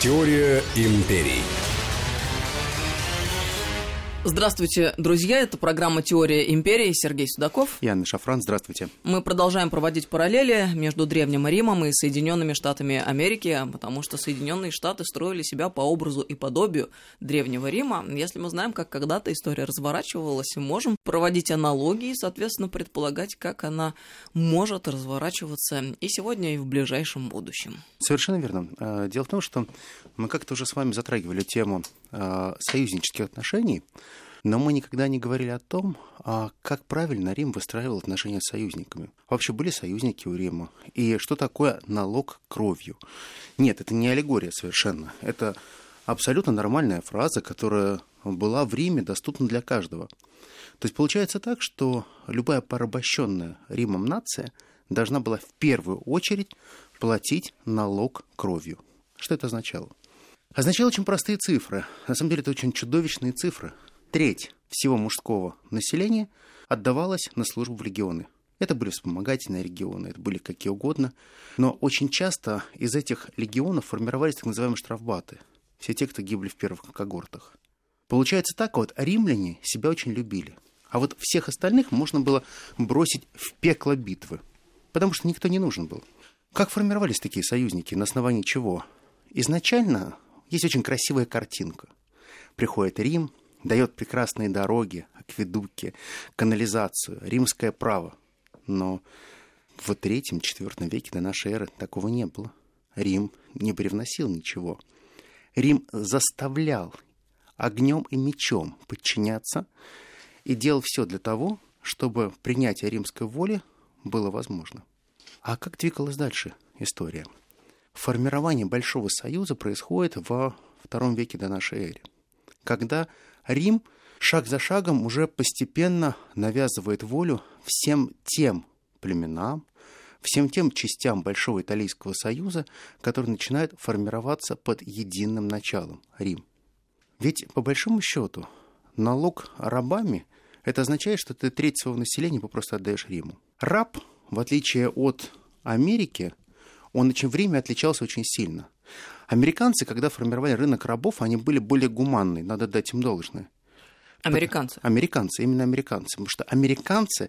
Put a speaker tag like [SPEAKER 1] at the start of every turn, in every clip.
[SPEAKER 1] Теория империй.
[SPEAKER 2] Здравствуйте, друзья. Это программа «Теория империи». Сергей Судаков.
[SPEAKER 3] И Анна Шафран. Здравствуйте.
[SPEAKER 2] Мы продолжаем проводить параллели между Древним Римом и Соединенными Штатами Америки, потому что Соединенные Штаты строили себя по образу и подобию Древнего Рима. Если мы знаем, как когда-то история разворачивалась, мы можем проводить аналогии и, соответственно, предполагать, как она может разворачиваться и сегодня, и в ближайшем будущем.
[SPEAKER 3] Совершенно верно. Дело в том, что мы как-то уже с вами затрагивали тему союзнических отношений, но мы никогда не говорили о том, как правильно Рим выстраивал отношения с союзниками. Вообще были союзники у Рима? И что такое налог кровью? Нет, это не аллегория совершенно. Это абсолютно нормальная фраза, которая была в Риме доступна для каждого. То есть получается так, что любая порабощенная Римом нация должна была в первую очередь платить налог кровью. Что это означало? Означало очень простые цифры. На самом деле это очень чудовищные цифры. Треть всего мужского населения отдавалась на службу в легионы. Это были вспомогательные регионы, это были какие угодно. Но очень часто из этих легионов формировались так называемые штрафбаты. Все те, кто гибли в первых когортах. Получается так, вот римляне себя очень любили. А вот всех остальных можно было бросить в пекло битвы. Потому что никто не нужен был. Как формировались такие союзники? На основании чего? Изначально есть очень красивая картинка. Приходит Рим, дает прекрасные дороги, акведуки, канализацию, римское право. Но в III-IV веке до нашей эры такого не было. Рим не привносил ничего. Рим заставлял огнем и мечом подчиняться и делал все для того, чтобы принятие римской воли было возможно. А как двигалась дальше история? Формирование Большого Союза происходит во II веке до нашей эры, когда Рим шаг за шагом уже постепенно навязывает волю всем тем племенам, всем тем частям Большого Италийского Союза, которые начинают формироваться под единым началом – Рим. Ведь, по большому счету, налог рабами – это означает, что ты треть своего населения попросту отдаешь Риму. Раб, в отличие от Америки, он в Риме отличался очень сильно. Американцы, когда формировали рынок рабов, они были более гуманны, надо дать им должное.
[SPEAKER 2] Американцы?
[SPEAKER 3] Американцы, именно американцы. Потому что американцы,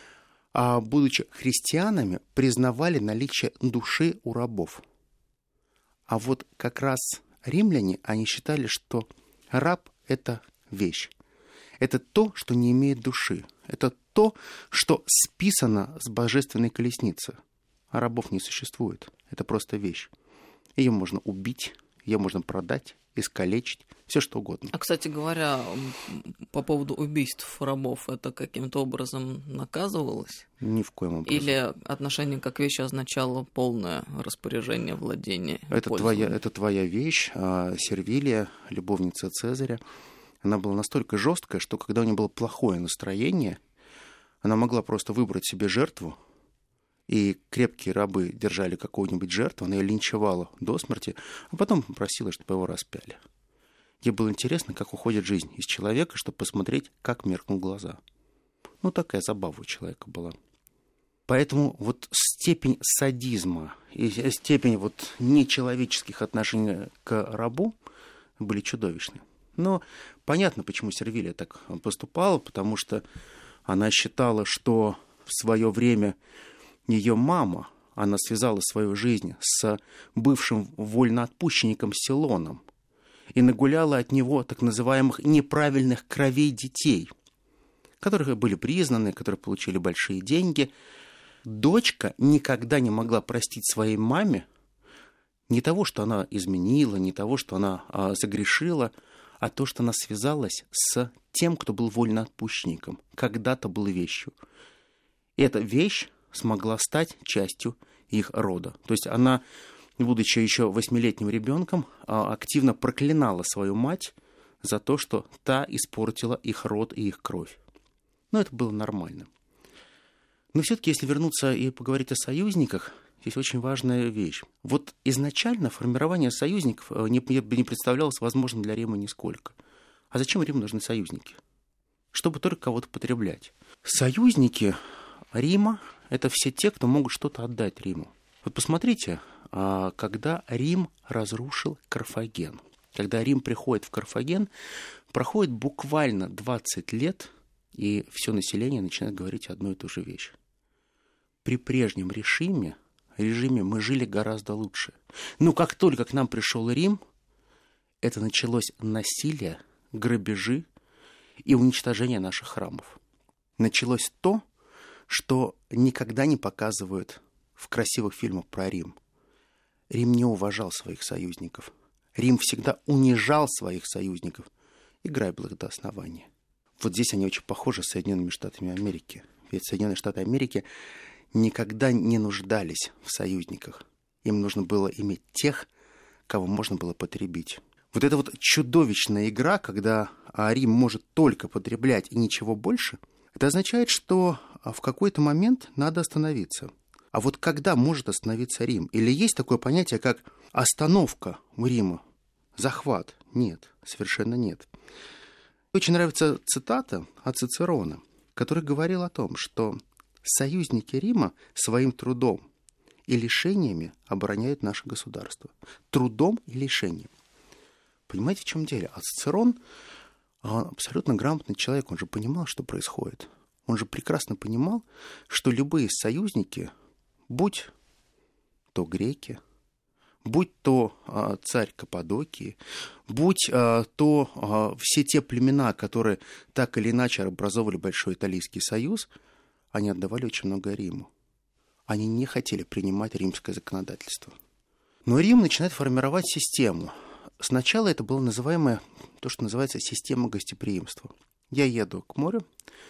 [SPEAKER 3] будучи христианами, признавали наличие души у рабов. А вот как раз римляне, они считали, что раб – это вещь. Это то, что не имеет души. Это то, что списано с божественной колесницы. А рабов не существует. Это просто вещь. Ее можно убить, ее можно продать, искалечить, все что угодно.
[SPEAKER 2] А, кстати говоря, по поводу убийств рабов, это каким-то образом наказывалось?
[SPEAKER 3] Ни в коем образом.
[SPEAKER 2] Или отношение как вещь означало полное распоряжение, владение?
[SPEAKER 3] Это твоя вещь. Сервилия, любовница Цезаря, она была настолько жесткая, что когда у нее было плохое настроение, она могла просто выбрать себе жертву, и крепкие рабы держали какую-нибудь жертву, она ее линчевала до смерти, а потом попросила, чтобы его распяли. Ей было интересно, как уходит жизнь из человека, чтобы посмотреть, как меркнут глаза. Ну, такая забава у человека была. Поэтому вот степень садизма и степень вот нечеловеческих отношений к рабу были чудовищны. Но понятно, почему Сервилия так поступала, потому что она считала, что в свое время ее мама, она связала свою жизнь с бывшим вольноотпущенником Силоном и нагуляла от него так называемых неправильных кровей детей, которые были признаны, которые получили большие деньги. Дочка никогда не могла простить своей маме не того, что она изменила, не того, что она загрешила, а то, что она связалась с тем, кто был вольноотпущенником, когда-то был вещью. И эта вещь смогла стать частью их рода. То есть она, будучи еще 8-летним ребенком, активно проклинала свою мать за то, что та испортила их род и их кровь. Но это было нормально. Но все-таки, если вернуться и поговорить о союзниках, здесь очень важная вещь. Вот изначально формирование союзников не представлялось возможным для Рима нисколько. А зачем Риму нужны союзники? Чтобы только кого-то потреблять. Союзники Рима – это все те, кто могут что-то отдать Риму. Вот посмотрите, когда Рим разрушил Карфаген. Когда Рим приходит в Карфаген, проходит буквально 20 лет, и все население начинает говорить одну и ту же вещь. При прежнем режиме мы жили гораздо лучше. Но как только к нам пришел Рим, это началось насилие, грабежи и уничтожение наших храмов. Началось то, что никогда не показывают в красивых фильмах про Рим. Рим не уважал своих союзников. Рим всегда унижал своих союзников и грабил их до основания. Вот здесь они очень похожи с Соединенными Штатами Америки. Ведь Соединенные Штаты Америки никогда не нуждались в союзниках. Им нужно было иметь тех, кого можно было потребить. Вот эта вот чудовищная игра, когда Рим может только потреблять и ничего больше, это означает, что в какой-то момент надо остановиться. А вот когда может остановиться Рим? Или есть такое понятие, как остановка у Рима? Захват? Нет, совершенно нет. Очень нравится цитата от Цицерона, который говорил о том, что союзники Рима своим трудом и лишениями обороняют наше государство. Трудом и лишением. Понимаете, в чем дело? А Цицерон абсолютно грамотный человек, он же понимал, что происходит. Он же прекрасно понимал, что любые союзники, будь то греки, будь то царь Каппадокии, будь то все те племена, которые так или иначе образовывали Большой Италийский союз, они отдавали очень много Риму. Они не хотели принимать римское законодательство. Но Рим начинает формировать систему. Сначала это было называемое, то, что называется система гостеприимства. Я еду к морю,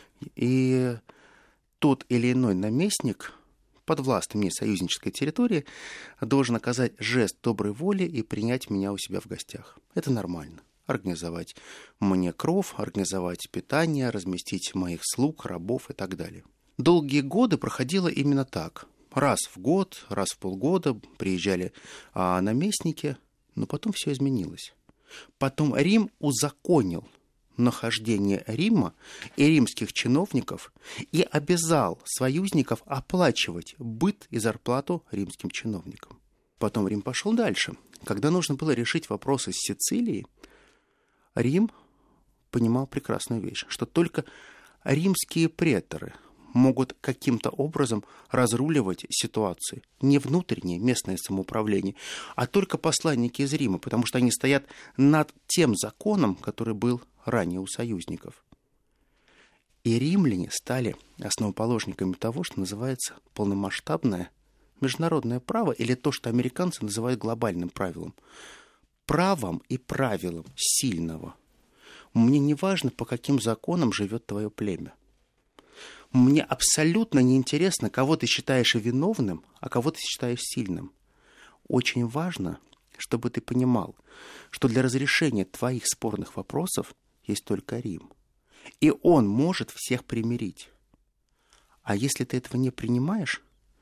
[SPEAKER 3] и тот или иной наместник подвластный мне союзнической территории должен оказать жест доброй воли и принять меня у себя в гостях. Это нормально. Организовать мне кров, организовать питание, разместить моих слуг, рабов и так далее. Долгие годы проходило именно так. Раз в год, раз в полгода приезжали наместники, но потом все изменилось. Потом Рим узаконил нахождение Рима и римских чиновников и обязал союзников оплачивать быт и зарплату римским чиновникам. Потом Рим пошел дальше. Когда нужно было решить вопросы с Сицилией, Рим понимал прекрасную вещь, что только римские преторы могут каким-то образом разруливать ситуации. Не внутреннее местное самоуправление, а только посланники из Рима, потому что они стоят над тем законом, который был ранее у союзников. И римляне стали основоположниками того, что называется полномасштабное международное право, или то, что американцы называют глобальным правилом. Правом и правилом сильного. Мне не важно, по каким законам живет твое племя. Мне абсолютно неинтересно, кого ты считаешь виновным, а кого ты считаешь сильным. Очень важно, чтобы ты понимал, что для разрешения твоих спорных вопросов есть только Рим. И он может всех примирить. А если ты этого не принимаешь,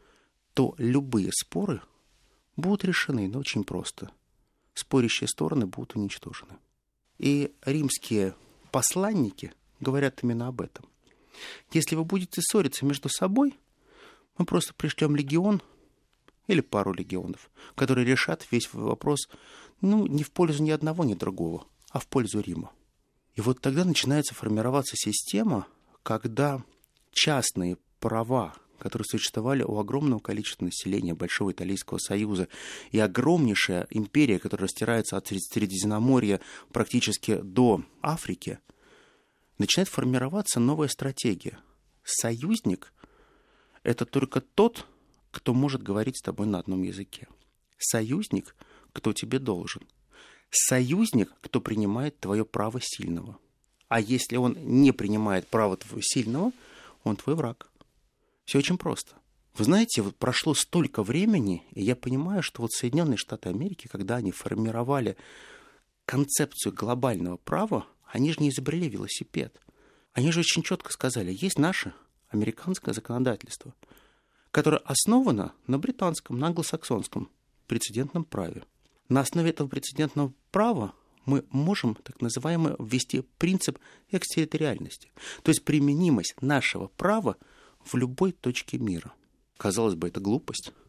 [SPEAKER 3] то любые споры будут решены, но очень просто. Спорящие стороны будут уничтожены. И римские посланники говорят именно об этом. Если вы будете ссориться между собой, мы просто пришлем легион или пару легионов, которые решат весь вопрос, не в пользу ни одного, ни другого, а в пользу Рима. И вот тогда начинается формироваться система, когда частные права, которые существовали у огромного количества населения Большого Италийского союза, и огромнейшая империя, которая растирается от Средиземноморья практически до Африки, начинает формироваться новая стратегия. Союзник – это только тот, кто может говорить с тобой на одном языке. Союзник – кто тебе должен. Союзник – кто принимает твое право сильного. А если он не принимает право твоего сильного, он твой враг. Все очень просто. Вы знаете, вот прошло столько времени, и я понимаю, что вот Соединенные Штаты Америки, когда они формировали концепцию глобального права, они же не изобрели велосипед. Они же очень четко сказали, есть наше американское законодательство, которое основано на британском, на англосаксонском прецедентном праве. На основе этого прецедентного права мы можем, так называемый, ввести принцип экстерриториальности, то есть применимость нашего права в любой точке мира. Казалось бы, это глупость,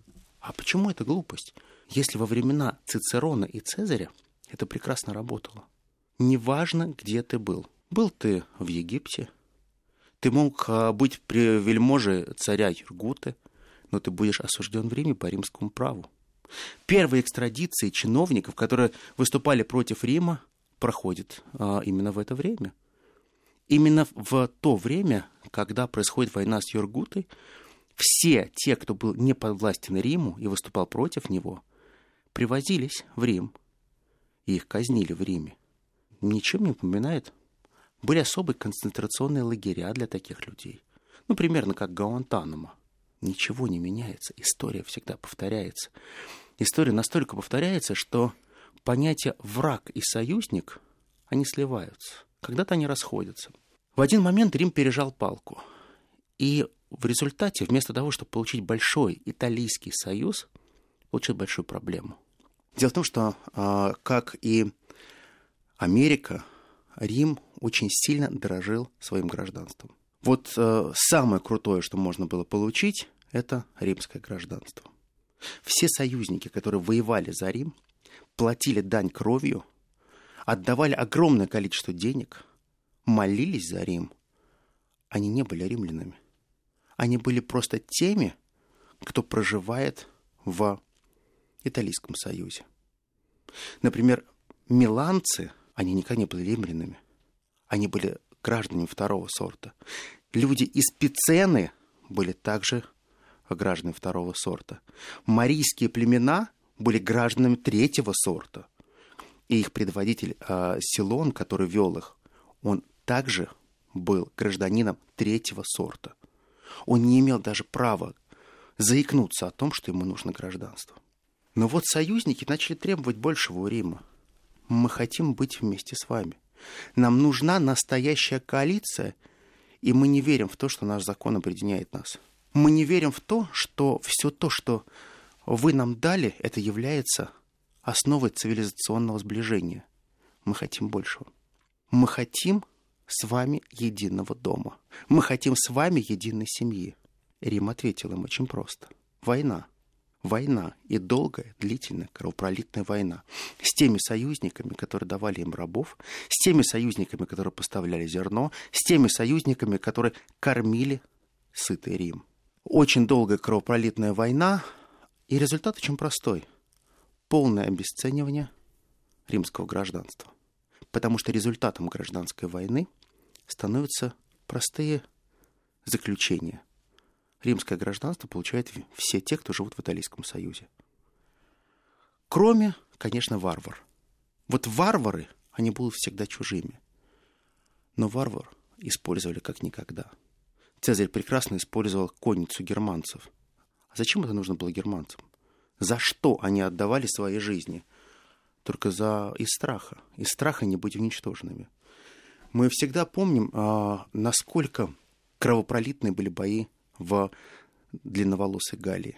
[SPEAKER 3] А почему это глупость? Если во времена Цицерона и Цезаря это прекрасно работало. Неважно, где ты был. Был ты в Египте, ты мог быть при вельможе царя Юргуты, но ты будешь осужден в Риме по римскому праву. Первые экстрадиции чиновников, которые выступали против Рима, проходят именно в это время. Именно в то время, когда происходит война с Юргутой, все те, кто был не подвластен Риму и выступал против него, привозились в Рим, и их казнили в Риме. Ничем не напоминает. Были особые концентрационные лагеря для таких людей. Ну, примерно как Гуантанамо. Ничего не меняется. История всегда повторяется. История настолько повторяется, что понятия «враг» и «союзник» они сливаются. Когда-то они расходятся. В один момент Рим пережал палку. И в результате, вместо того, чтобы получить большой италийский союз, получил большую проблему. Дело в том, что, как и Америка, Рим очень сильно дорожил своим гражданством. Вот самое крутое, что можно было получить, это римское гражданство. Все союзники, которые воевали за Рим, платили дань кровью, отдавали огромное количество денег, молились за Рим. Они не были римлянами. Они были просто теми, кто проживает в Италийском союзе. Например, миланцы, они никогда не были римлянами. Они были гражданами второго сорта. Люди из Пицены были также гражданами второго сорта. Марийские племена были гражданами третьего сорта. И их предводитель Силон, который вел их, он также был гражданином третьего сорта. Он не имел даже права заикнуться о том, что ему нужно гражданство. Но вот союзники начали требовать большего у Рима. Мы хотим быть вместе с вами. Нам нужна настоящая коалиция, и мы не верим в то, что наш закон объединяет нас. Мы не верим в то, что все то, что вы нам дали, это является основой цивилизационного сближения. Мы хотим большего. Мы хотим с вами единого дома. Мы хотим с вами единой семьи. Рим ответил им очень просто. Война. Война и долгая, длительная, кровопролитная война с теми союзниками, которые давали им рабов, с теми союзниками, которые поставляли зерно, с теми союзниками, которые кормили сытый Рим. Очень долгая кровопролитная война, и результат очень простой. Полное обесценивание римского гражданства. Потому что результатом гражданской войны становятся простые заключения. Римское гражданство получают все те, кто живут в Италийском союзе. Кроме, конечно, варвар. Вот варвары, они будут всегда чужими. Но варвар использовали как никогда. Цезарь прекрасно использовал конницу германцев. А зачем это нужно было германцам? За что они отдавали свои жизни? Только из страха. Из страха не быть уничтоженными. Мы всегда помним, насколько кровопролитные были бои в длинноволосой Галлии.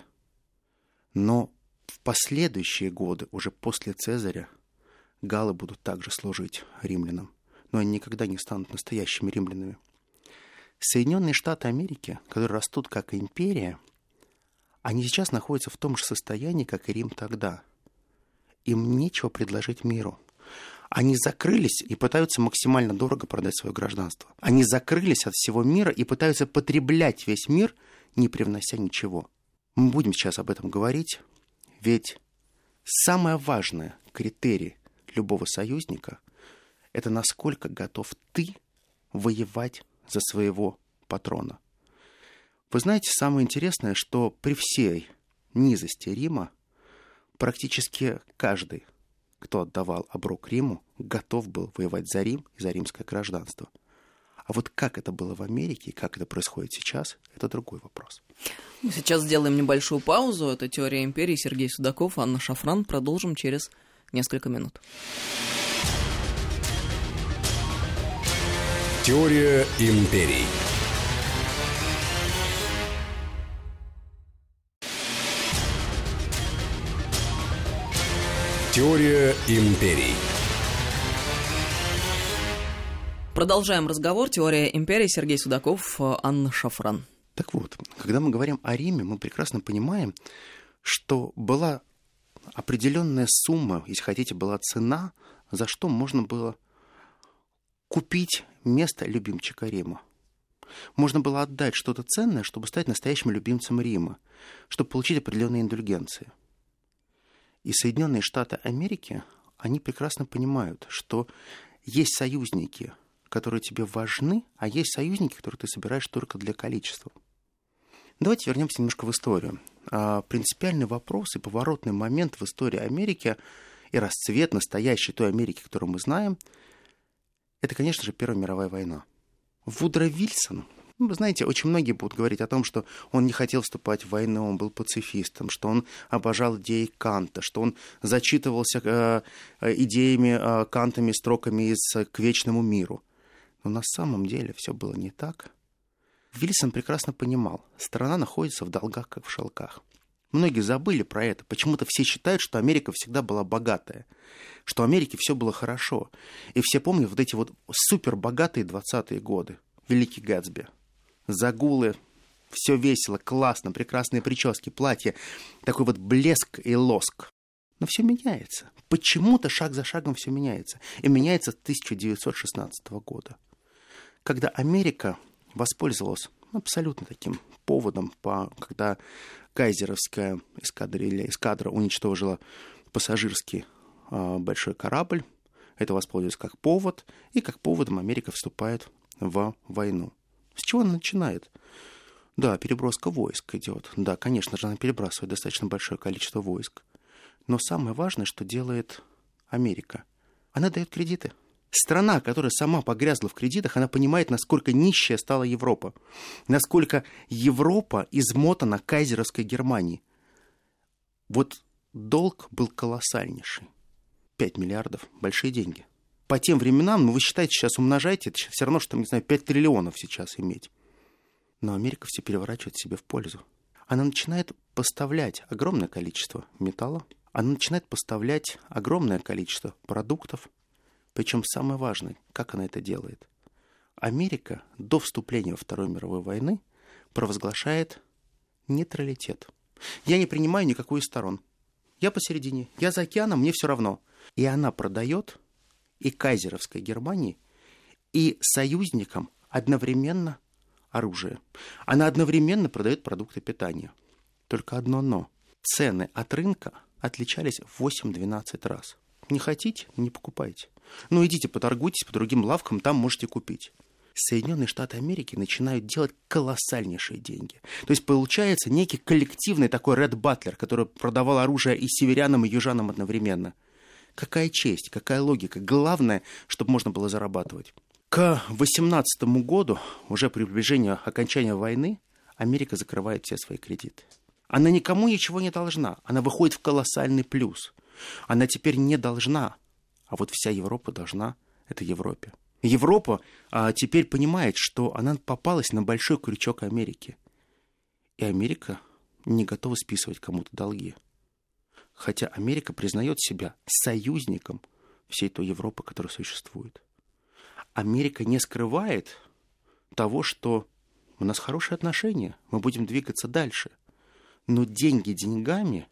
[SPEAKER 3] Но в последующие годы, уже после Цезаря, галлы будут также служить римлянам. Но они никогда не станут настоящими римлянами. Соединенные Штаты Америки, которые растут как империя, они сейчас находятся в том же состоянии, как и Рим тогда. Им нечего предложить миру. Они закрылись и пытаются максимально дорого продать свое гражданство. Они закрылись от всего мира и пытаются потреблять весь мир, не привнося ничего. Мы будем сейчас об этом говорить, ведь самое важное критерий любого союзника – это насколько готов ты воевать за своего патрона. Вы знаете, самое интересное, что при всей низости Рима практически каждый, кто отдавал оброк Риму, готов был воевать за Рим и за римское гражданство. А вот как это было в Америке и как это происходит сейчас, это другой вопрос.
[SPEAKER 2] Мы сейчас сделаем небольшую паузу. Это «Теория империи». Сергей Судаков, Анна Шафран. Продолжим через несколько минут.
[SPEAKER 1] Теория империй. Теория империй.
[SPEAKER 2] Продолжаем разговор. Теория империи. Сергей Судаков, Анна Шафран.
[SPEAKER 3] Так вот, когда мы говорим о Риме, мы прекрасно понимаем, что была определенная сумма, если хотите, была цена, за что можно было купить место любимчика Рима. Можно было отдать что-то ценное, чтобы стать настоящим любимцем Рима, чтобы получить определенные индульгенции. И Соединенные Штаты Америки, они прекрасно понимают, что есть союзники, которые тебе важны, а есть союзники, которые ты собираешь только для количества. Давайте вернемся немножко в историю. Принципиальный вопрос и поворотный момент в истории Америки и расцвет настоящей той Америки, которую мы знаем, это, конечно же, Первая мировая война. Вудро Вильсон, вы знаете, очень многие будут говорить о том, что он не хотел вступать в войну, он был пацифистом, что он обожал идеи Канта, что он зачитывался идеями, Кантами, строками из «К вечному миру». Но на самом деле все было не так. Вильсон прекрасно понимал, страна находится в долгах, как в шелках. Многие забыли про это. Почему-то все считают, что Америка всегда была богатая, что в Америке все было хорошо. И все помнят вот эти вот супербогатые 20-е годы. Великий Гэтсби. Загулы, все весело, классно, прекрасные прически, платья. Такой вот блеск и лоск. Но все меняется. Почему-то шаг за шагом все меняется. И меняется с 1916 года. Когда Америка воспользовалась абсолютно таким поводом, когда кайзеровская эскадра уничтожила пассажирский большой корабль. Это воспользуется как повод, и как поводом Америка вступает в войну. С чего она начинает? Да, переброска войск идет. Да, конечно же, она перебрасывает достаточно большое количество войск. Но самое важное, что делает Америка, она дает кредиты. Страна, которая сама погрязла в кредитах, она понимает, насколько нищая стала Европа. Насколько Европа измотана кайзеровской Германией. Вот долг был колоссальнейший. 5 миллиардов. Большие деньги. По тем временам, вы считаете, сейчас умножаете, это все равно, что, не знаю, 5 триллионов сейчас иметь. Но Америка все переворачивает себе в пользу. Она начинает поставлять огромное количество металла. Она начинает поставлять огромное количество продуктов. Причем самое важное, как она это делает. Америка до вступления во Вторую мировую войну провозглашает нейтралитет. Я не принимаю никакой из сторон. Я посередине, я за океаном, мне все равно. И она продает и кайзеровской Германии, и союзникам одновременно оружие. Она одновременно продает продукты питания. Только одно но. Цены от рынка отличались в 8-12 раз. Не хотите — не покупайте. Ну, идите, поторгуйтесь по другим лавкам, там можете купить. Соединенные Штаты Америки начинают делать колоссальнейшие деньги. То есть получается некий коллективный такой Ред Батлер, который продавал оружие и северянам, и южанам одновременно. Какая честь, какая логика. Главное, чтобы можно было зарабатывать. К 18 году, уже при приближении окончания войны, Америка закрывает все свои кредиты. Она никому ничего не должна. Она выходит в колоссальный плюс. Она теперь не должна. А вот вся Европа должна это Европе. Европа теперь понимает, что она попалась на большой крючок Америки. И Америка не готова списывать кому-то долги. Хотя Америка признает себя союзником всей той Европы, которая существует. Америка не скрывает того, что у нас хорошие отношения, мы будем двигаться дальше. Но деньги деньгами,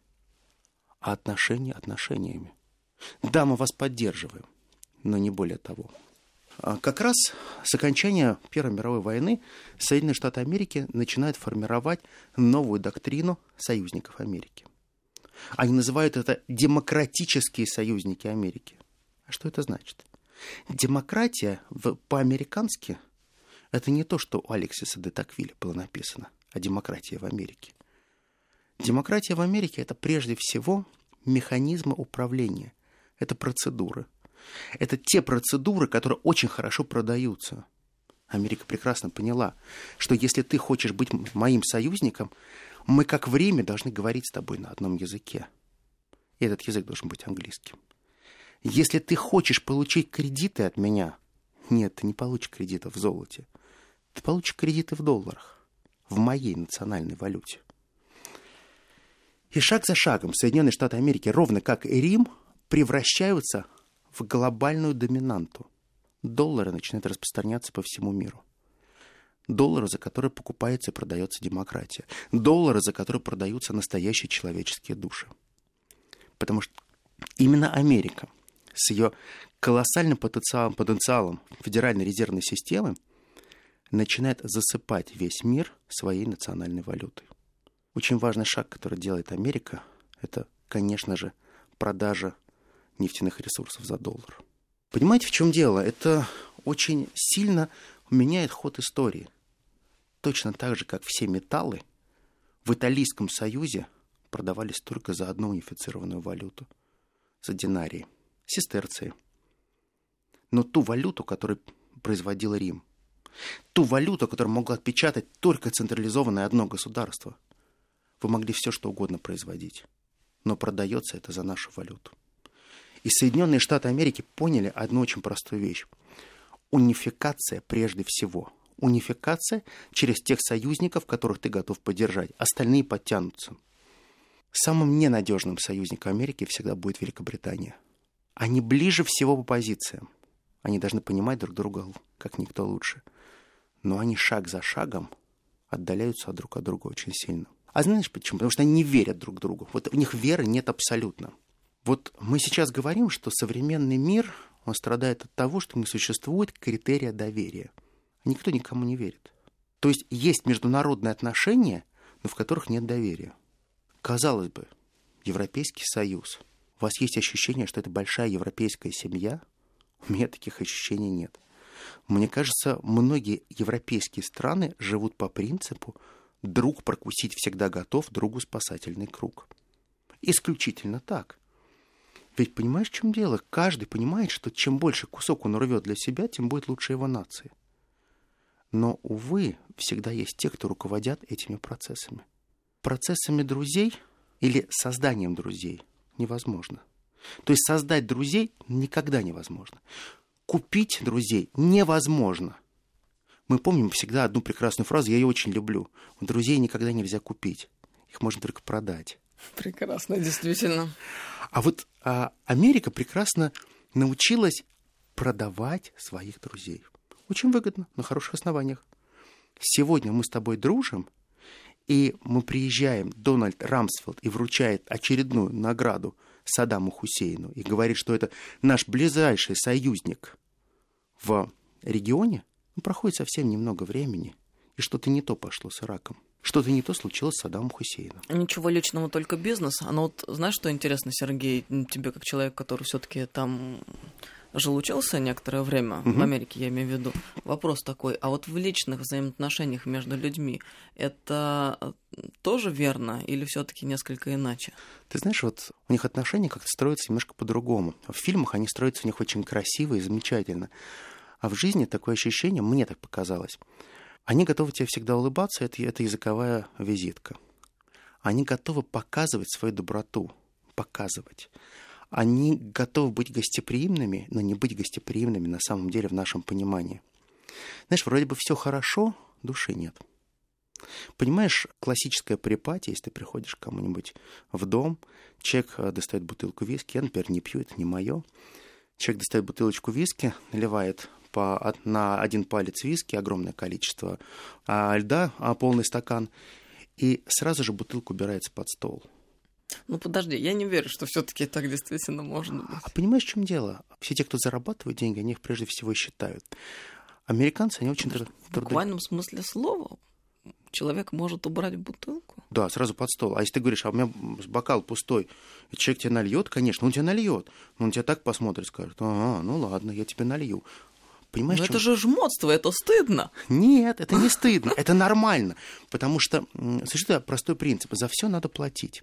[SPEAKER 3] а отношения отношениями. Да, мы вас поддерживаем, но не более того. Как раз с окончания Первой мировой войны Соединенные Штаты Америки начинают формировать новую доктрину союзников Америки. Они называют это демократические союзники Америки. А что это значит? Демократия по-американски — это не то, что у Алексиса де Токвиля было написано, а демократия в Америке. Демократия в Америке — это прежде всего механизмы управления, это процедуры. Это те процедуры, которые очень хорошо продаются. Америка прекрасно поняла, что если ты хочешь быть моим союзником, мы как в Риме должны говорить с тобой на одном языке. И этот язык должен быть английским. Если ты хочешь получить кредиты от меня, нет, ты не получишь кредиты в золоте. Ты получишь кредиты в долларах, в моей национальной валюте. И шаг за шагом Соединенные Штаты Америки, ровно как и Рим, превращаются в глобальную доминанту. Доллары начинают распространяться по всему миру. Доллары, за которые покупается и продается демократия. Доллары, за которые продаются настоящие человеческие души. Потому что именно Америка с ее колоссальным потенциалом Федеральной резервной системы начинает засыпать весь мир своей национальной валютой. Очень важный шаг, который делает Америка, это, конечно же, продажа нефтяных ресурсов за доллар. Понимаете, в чем дело? Это очень сильно меняет ход истории. Точно так же, как все металлы в Италийском Союзе продавались только за одну унифицированную валюту. За динарии, сестерции. Но ту валюту, которую производил Рим. Ту валюту, которую могло отпечатать только централизованное одно государство. Вы могли все, что угодно производить. Но продается это за нашу валюту. И Соединенные Штаты Америки поняли одну очень простую вещь. Унификация прежде всего. Унификация через тех союзников, которых ты готов поддержать. Остальные подтянутся. Самым ненадежным союзником Америки всегда будет Великобритания. Они ближе всего по позициям. Они должны понимать друг друга, как никто лучше. Но они шаг за шагом отдаляются друг от друга очень сильно. А знаешь почему? Потому что они не верят друг другу. Вот у них веры нет абсолютно. Вот мы сейчас говорим, что современный мир, он страдает от того, что не существует критерия доверия. Никто никому не верит. То есть есть международные отношения, но в которых нет доверия. Казалось бы, Европейский Союз. У вас есть ощущение, что это большая европейская семья? У меня таких ощущений нет. Мне кажется, многие европейские страны живут по принципу «друг прокусить всегда готов, другу спасательный круг». Исключительно так. Ведь понимаешь, в чем дело? Каждый понимает, что чем больше кусок он рвет для себя, тем будет лучше его нации. Но, увы, всегда есть те, кто руководят этими процессами. Процессами друзей или созданием друзей невозможно. То есть создать друзей никогда невозможно. Купить друзей невозможно. Мы помним всегда одну прекрасную фразу, я ее очень люблю. Друзей никогда нельзя купить, их можно только продать.
[SPEAKER 2] Прекрасно, действительно.
[SPEAKER 3] А вот Америка прекрасно научилась продавать своих друзей. Очень выгодно, на хороших основаниях. Сегодня мы с тобой дружим, и мы приезжаем, Дональд Рамсфелд, и вручает очередную награду Саддаму Хусейну, и говорит, что это наш ближайший союзник в регионе. Проходит совсем немного времени, и что-то не то пошло с Ираком. Что-то не то случилось с Саддамом Хусейном.
[SPEAKER 2] Ничего личного, только бизнес. Но вот знаешь, что интересно, Сергей, тебе как человек, который все-таки там жил, учился некоторое время, в Америке, я имею в виду, вопрос такой, а вот в личных взаимоотношениях между людьми это тоже верно или все-таки несколько иначе?
[SPEAKER 3] Ты знаешь, вот у них отношения как-то строятся немножко по-другому. В фильмах они строятся у них очень красиво и замечательно. А в жизни такое ощущение, мне так показалось, они готовы тебе всегда улыбаться, это языковая визитка. Они готовы показывать свою доброту, показывать. Они готовы быть гостеприимными, но не быть гостеприимными на самом деле в нашем понимании. Знаешь, вроде бы все хорошо, души нет. Понимаешь, классическая припати, если ты приходишь к кому-нибудь в дом, человек достает бутылку виски, я, например, не пью, это не мое. Человек достает бутылочку виски, наливает на один палец виски огромное количество льда, полный стакан, и сразу же бутылка убирается под стол.
[SPEAKER 2] Ну подожди, я не верю, что все-таки так действительно можно быть.
[SPEAKER 3] А понимаешь, в чем дело? Все те, кто зарабатывает деньги, они их прежде всего считают. Американцы, они очень
[SPEAKER 2] В буквальном смысле слова человек может убрать бутылку?
[SPEAKER 3] Да, сразу под стол. А если ты говоришь, а у меня бокал пустой, и человек тебе нальет, конечно, он тебе нальет. Но он тебя так посмотрит, скажет, ага, ну ладно, я тебе налью. Понимаешь,
[SPEAKER 2] но это же жмотство, это стыдно.
[SPEAKER 3] Нет, это не стыдно, это нормально. Потому что существует простой принцип, за все надо платить.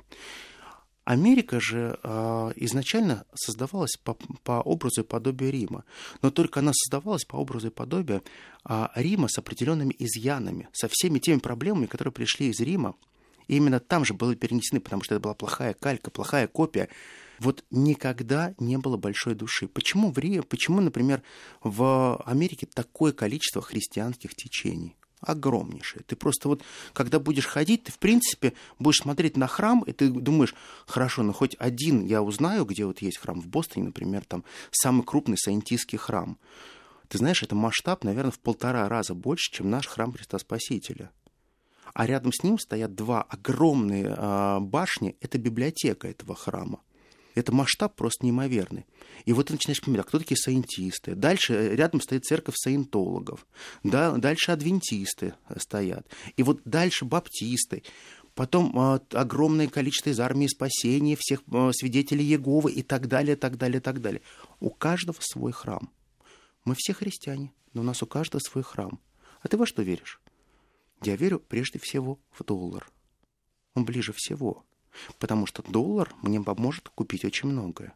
[SPEAKER 3] Америка же изначально создавалась по образу и подобию Рима. Но только она создавалась по образу и подобию Рима с определенными изъянами, со всеми теми проблемами, которые пришли из Рима. И именно там же были перенесены, потому что это была плохая калька, плохая копия. Вот никогда не было большой души. Почему в Риме, почему, например, в Америке такое количество христианских течений? Огромнейшее. Ты просто вот, когда будешь ходить, ты, в принципе, будешь смотреть на храм, и ты думаешь, хорошо, ну хоть один я узнаю, где вот есть храм в Бостоне, например, там самый крупный саентистский храм. Ты знаешь, это масштаб, наверное, в 1,5 раза больше, чем наш храм Христа Спасителя. А рядом с ним стоят 2 огромные башни. Это библиотека этого храма. Это масштаб просто неимоверный. И вот ты начинаешь понимать, кто такие саентисты. Дальше рядом стоит церковь саентологов. Да, дальше адвентисты стоят. И вот дальше баптисты. Потом огромное количество из армии спасения, всех свидетелей Иеговы и так далее, так далее, так далее. У каждого свой храм. Мы все христиане, но у нас у каждого свой храм. А ты во что веришь? Я верю прежде всего в доллар. Он ближе всего. Потому что доллар мне поможет купить очень многое.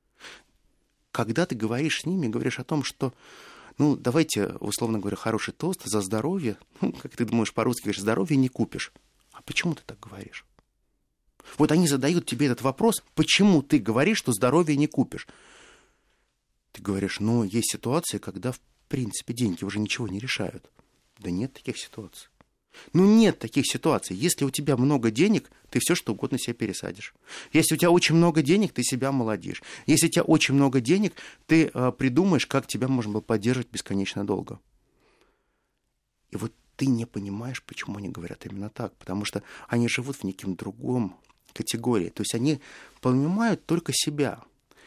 [SPEAKER 3] Когда ты говоришь с ними, говоришь о том, что, давайте, условно говоря, хороший тост за здоровье, как ты думаешь по-русски, говоришь, здоровье не купишь. А почему ты так говоришь? Вот они задают тебе этот вопрос, почему ты говоришь, что здоровье не купишь? Ты говоришь, есть ситуации, когда, в принципе, деньги уже ничего не решают. Да нет таких ситуаций. Нет таких ситуаций. Если у тебя много денег, ты все что угодно себе пересадишь. Если у тебя очень много денег, ты себя молодишь. Если у тебя очень много денег, ты придумаешь, как тебя можно было поддерживать бесконечно долго. И вот ты не понимаешь, почему они говорят именно так. Потому что они живут в неким другом категории. То есть они понимают только себя.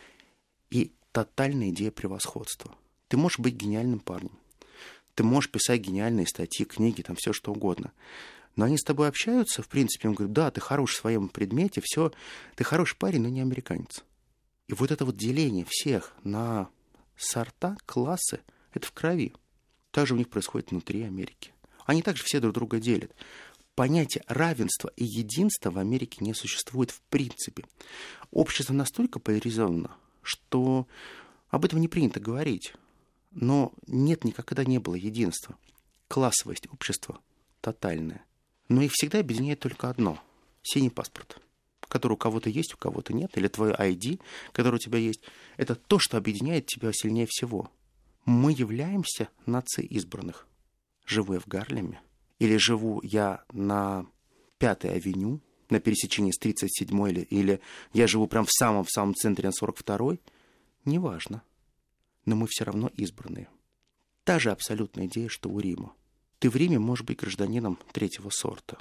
[SPEAKER 3] И тотальная идея превосходства. Ты можешь быть гениальным парнем. Ты можешь писать гениальные статьи, книги, там все что угодно. Но они с тобой общаются, в принципе, он говорит, да, ты хорош в своем предмете, все, ты хороший парень, но не американец. И вот это вот деление всех на сорта, классы, это в крови. Так же у них происходит внутри Америки. Они также все друг друга делят. Понятие равенства и единства в Америке не существует в принципе. Общество настолько поляризовано, что об этом не принято говорить. Но никогда не было единства. Классовость общества тотальная. Но их всегда объединяет только одно. Синий паспорт, который у кого-то есть, у кого-то нет. Или твой ID, который у тебя есть. Это то, что объединяет тебя сильнее всего. Мы являемся нацией избранных. Живу я в Гарлеме, или живу я на 5-й авеню, на пересечении с 37-й, или я живу прямо в самом центре на 42-й, неважно. Но мы все равно избранные. Та же абсолютная идея, что у Рима. Ты в Риме можешь быть гражданином 3-го сорта.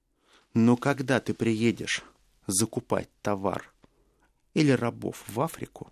[SPEAKER 3] Но когда ты приедешь закупать товар или рабов в Африку,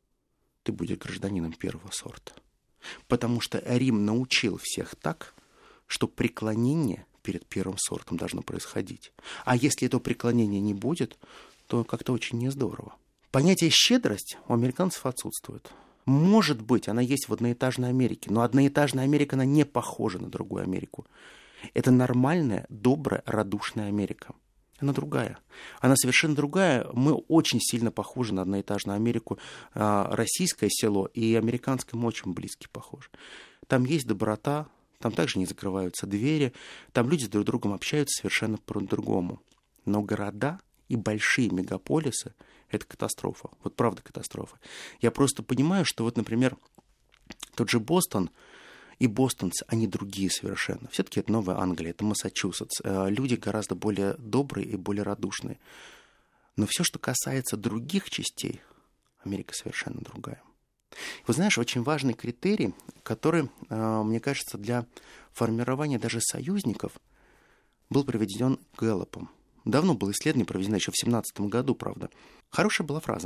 [SPEAKER 3] ты будешь гражданином 1-го сорта. Потому что Рим научил всех так, что преклонение перед 1-м сортом должно происходить. А если этого преклонения не будет, то как-то очень нездорово. Понятие щедрость у американцев отсутствует. Может быть, она есть в одноэтажной Америке, но одноэтажная Америка, она не похожа на другую Америку. Это нормальная, добрая, радушная Америка. Она другая. Она совершенно другая. Мы очень сильно похожи на одноэтажную Америку. Российское село и американское мы очень близки похожи. Там есть доброта, там также не закрываются двери, там люди друг с другом общаются совершенно по-другому. Но города и большие мегаполисы — это катастрофа. Вот правда катастрофа. Я просто понимаю, что вот, например, тот же Бостон и бостонцы, они другие совершенно. Все-таки это Новая Англия, это Массачусетс. Люди гораздо более добрые и более радушные. Но все, что касается других частей, Америка совершенно другая. Вы знаешь, очень важный критерий, который, мне кажется, для формирования даже союзников был проведен Гэллопом. Давно было исследование проведено, еще в 2017 году, правда. Хорошая была фраза.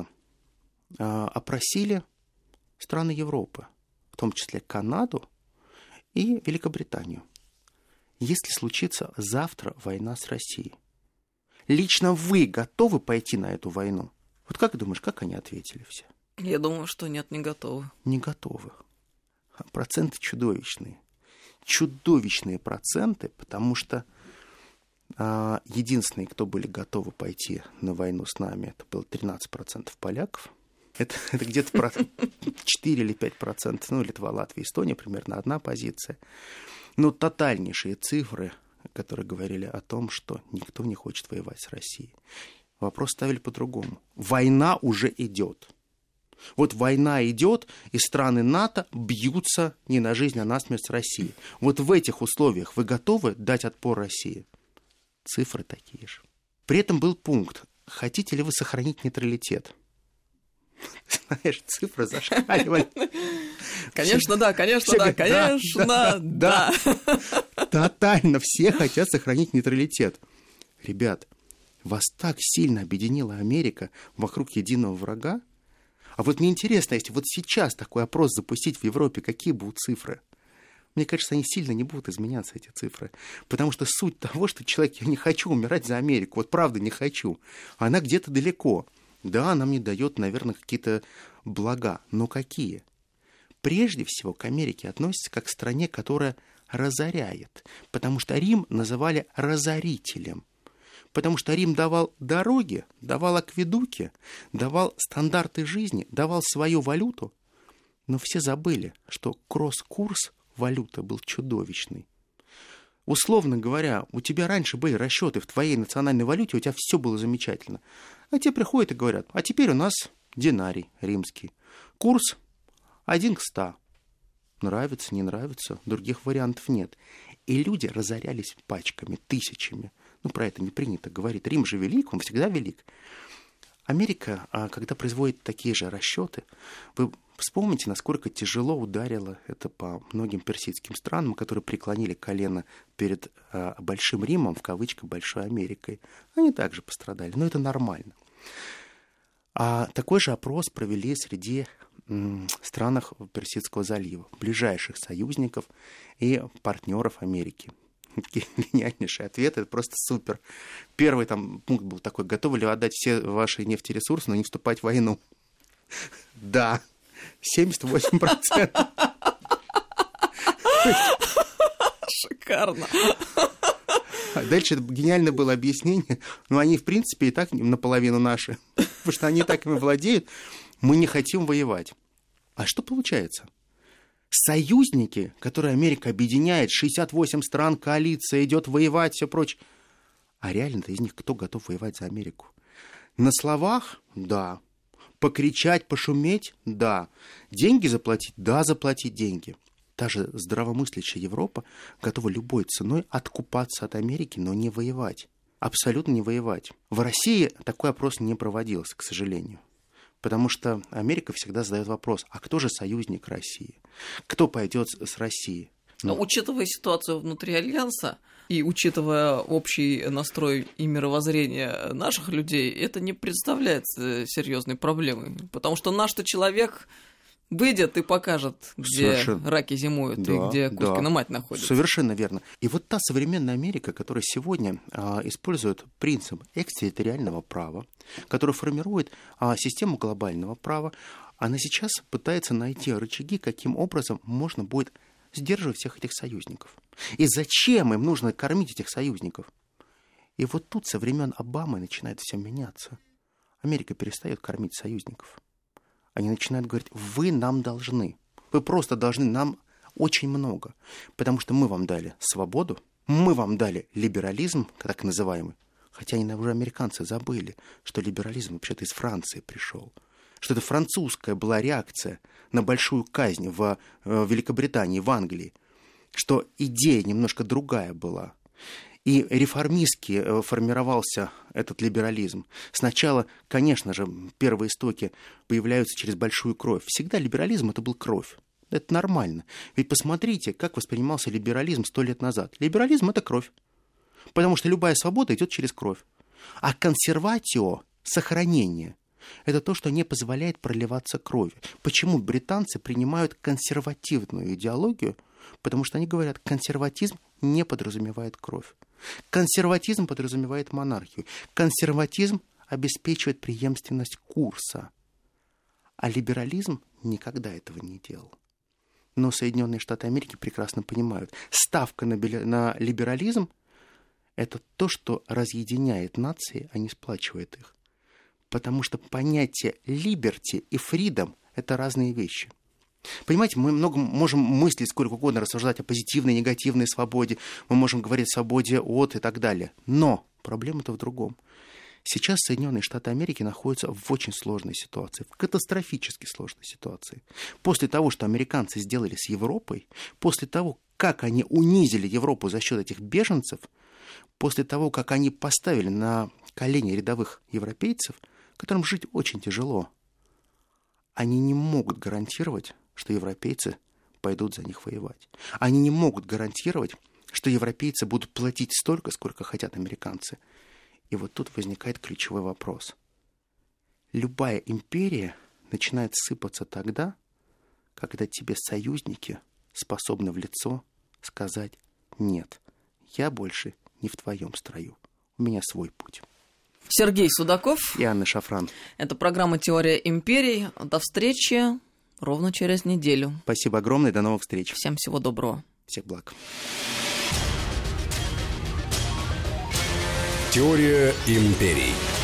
[SPEAKER 3] Опросили страны Европы, в том числе Канаду и Великобританию. Если случится завтра война с Россией, лично вы готовы пойти на эту войну? Вот как думаешь, как они ответили все?
[SPEAKER 2] Я думаю, что нет, не готовы.
[SPEAKER 3] Не готовы. Проценты чудовищные. Чудовищные проценты, потому что единственные, кто были готовы пойти на войну с нами, это было 13% поляков. Это где-то 4 или 5%, ну, Литва, Латвия, Эстония, примерно одна позиция. Но тотальнейшие цифры, которые говорили о том, что никто не хочет воевать с Россией. Вопрос ставили по-другому. Война уже идет. Вот война идет, и страны НАТО бьются не на жизнь, а на смерть с Россией. Вот в этих условиях вы готовы дать отпор России? Цифры такие же. При этом был пункт: хотите ли вы сохранить нейтралитет? Знаешь, цифры зашкаливали.
[SPEAKER 2] Конечно, да, конечно, да, конечно, да.
[SPEAKER 3] Тотально все хотят сохранить нейтралитет. Ребят, вас так сильно объединила Америка вокруг единого врага. А вот мне интересно, если вот сейчас такой опрос запустить в Европе, какие будут цифры? Мне кажется, они сильно не будут изменяться, эти цифры. Потому что суть того, что человек, я не хочу умирать за Америку, вот правда не хочу. Она где-то далеко. Да, она мне дает, наверное, какие-то блага. Но какие? Прежде всего к Америке относятся как к стране, которая разоряет. Потому что Рим называли разорителем. Потому что Рим давал дороги, давал акведуки, давал стандарты жизни, давал свою валюту. Но все забыли, что кросс-курс валюты был чудовищный. Условно говоря, у тебя раньше были расчеты в твоей национальной валюте, у тебя все было замечательно. А те приходят и говорят, а теперь у нас динарий римский. Курс 1 к 100. Нравится, не нравится, других вариантов нет. И люди разорялись пачками, тысячами. Ну, про это не принято говорить. Рим же велик, он всегда велик. Америка, когда производит такие же расчеты, вы вспомните, насколько тяжело ударило это по многим персидским странам, которые преклонили колено перед Большим Римом, в кавычках, Большой Америкой. Они также пострадали, но это нормально. Такой же опрос провели среди странах Персидского залива, ближайших союзников и партнеров Америки. Такие гениальнейшие ответы, это просто супер. Первый там пункт был такой: готовы ли вы отдать все ваши нефтересурсы, но не вступать в войну? Да, 78%.
[SPEAKER 2] Шикарно.
[SPEAKER 3] Дальше гениальное было объяснение, но они, в принципе, и так наполовину наши, потому что они так ими владеют. Мы не хотим воевать. А что получается? Союзники, которые Америка объединяет, 68 стран, коалиция, идет воевать, все прочее. А реально-то из них кто готов воевать за Америку? На словах? Да. Покричать, пошуметь? Да. Деньги заплатить? Да, заплатить деньги. Та же здравомыслящая Европа готова любой ценой откупаться от Америки, но не воевать. Абсолютно не воевать. В России такой опрос не проводился, к сожалению. Потому что Америка всегда задает вопрос, а кто же союзник России? Кто пойдет с Россией?
[SPEAKER 2] Но учитывая ситуацию внутри Альянса и учитывая общий настрой и мировоззрение наших людей, это не представляется серьезной проблемой. Потому что наш-то человек выйдет и покажет, где раки зимуют, да, и где Кузькина мать находится.
[SPEAKER 3] Совершенно верно. И вот та современная Америка, которая сегодня использует принцип экстерриториального права, которая формирует систему глобального права, она сейчас пытается найти рычаги, каким образом можно будет сдерживать всех этих союзников. И зачем им нужно кормить этих союзников? И вот тут со времен Обамы начинает все меняться. Америка перестает кормить союзников. Они начинают говорить, вы нам должны. Вы просто должны нам очень много. Потому что мы вам дали свободу, мы вам дали либерализм, так называемый. Хотя уже американцы забыли, что либерализм вообще-то из Франции пришел. Что это французская была реакция на большую казнь в Великобритании, в Англии. Что идея немножко другая была. И реформистски формировался этот либерализм. Сначала, конечно же, первые истоки появляются через большую кровь. Всегда либерализм — это был кровь. Это нормально. Ведь посмотрите, как воспринимался либерализм 100 лет назад. Либерализм — это кровь. Потому что любая свобода идет через кровь. А консерватио, сохранение, это то, что не позволяет проливаться кровью. Почему британцы принимают консервативную идеологию? Потому что они говорят, консерватизм не подразумевает кровь. Консерватизм подразумевает монархию. Консерватизм обеспечивает преемственность курса. А либерализм никогда этого не делал. Но Соединенные Штаты Америки прекрасно понимают, ставка на либерализм — это то, что разъединяет нации, а не сплачивает их. Потому что понятие liberty и freedom — это разные вещи. Понимаете, мы много можем мыслить, сколько угодно рассуждать о позитивной, негативной свободе, мы можем говорить о свободе от и так далее. Но проблема-то в другом. Сейчас Соединенные Штаты Америки находятся в очень сложной ситуации, в катастрофически сложной ситуации. После того, что американцы сделали с Европой, после того, как они унизили Европу за счет этих беженцев, после того, как они поставили на колени рядовых европейцев, которым жить очень тяжело, они не могут гарантировать что европейцы пойдут за них воевать. Они не могут гарантировать, что европейцы будут платить столько, сколько хотят американцы. И вот тут возникает ключевой вопрос. Любая империя начинает сыпаться тогда, когда тебе союзники способны в лицо сказать: «Нет, я больше не в твоем строю, у меня свой путь».
[SPEAKER 2] Сергей Судаков
[SPEAKER 3] и Анна Шафран.
[SPEAKER 2] Это программа «Теория империй». До встречи ровно через неделю.
[SPEAKER 3] Спасибо огромное, до новых встреч.
[SPEAKER 2] Всем всего доброго.
[SPEAKER 3] Всех благ.
[SPEAKER 1] Теория империй.